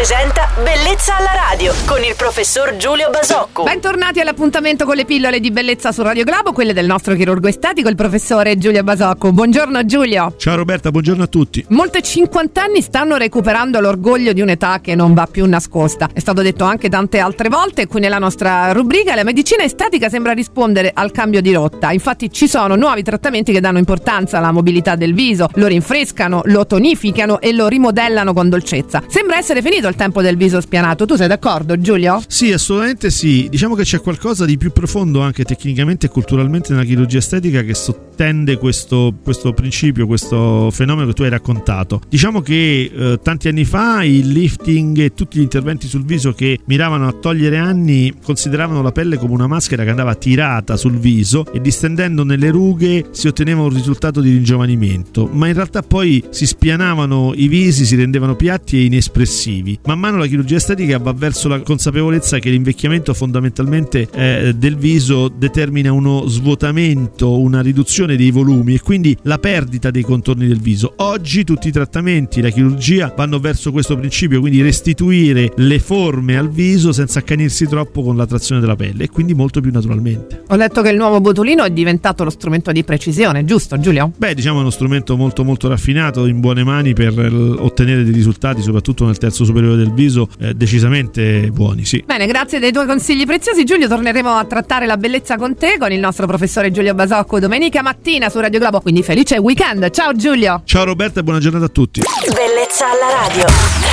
presenta Bellezza alla radio con il professor Giulio Basocco. Bentornati all'appuntamento con le pillole di bellezza su Radio Globo, quelle del nostro chirurgo estetico, il professore Giulio Basocco. Buongiorno Giulio. Ciao Roberta, buongiorno a tutti. Molte cinquantenni stanno recuperando l'orgoglio di un'età che non va più nascosta. È stato detto anche tante altre volte. Qui nella nostra rubrica la medicina estetica sembra rispondere al cambio di rotta. Infatti ci sono nuovi trattamenti che danno importanza alla mobilità del viso, lo rinfrescano, lo tonificano e lo rimodellano con dolcezza. Sembra essere finito il tempo del viso spianato. Tu sei d'accordo, Giulio? Sì, assolutamente sì. Diciamo che c'è qualcosa di più profondo anche tecnicamente e culturalmente nella chirurgia estetica che sottende questo principio, questo fenomeno che tu hai raccontato. Diciamo che tanti anni fa il lifting e tutti gli interventi sul viso che miravano a togliere anni consideravano la pelle come una maschera che andava tirata sul viso e distendendo nelle rughe si otteneva un risultato di ringiovanimento, ma in realtà poi si spianavano i visi, si rendevano piatti e inespressivi. Man mano la chirurgia estetica va verso la consapevolezza che l'invecchiamento fondamentalmente del viso determina uno svuotamento, una riduzione dei volumi e quindi la perdita dei contorni del viso. Oggi tutti i trattamenti, la chirurgia vanno verso questo principio, quindi restituire le forme al viso senza accanirsi troppo con la trazione della pelle e quindi molto più naturalmente. Ho letto che il nuovo botulino è diventato lo strumento di precisione, giusto Giulio? Beh, diciamo è uno strumento molto molto raffinato, in buone mani per ottenere dei risultati, soprattutto nel terzo superiore del viso, decisamente buoni, sì. Bene, grazie dei tuoi consigli preziosi Giulio, torneremo a trattare la bellezza con te, con il nostro professore Giulio Basocco domenica mattina su Radio Globo, quindi felice weekend. Ciao Giulio. Ciao Roberta e buona giornata a tutti. Bellezza alla radio.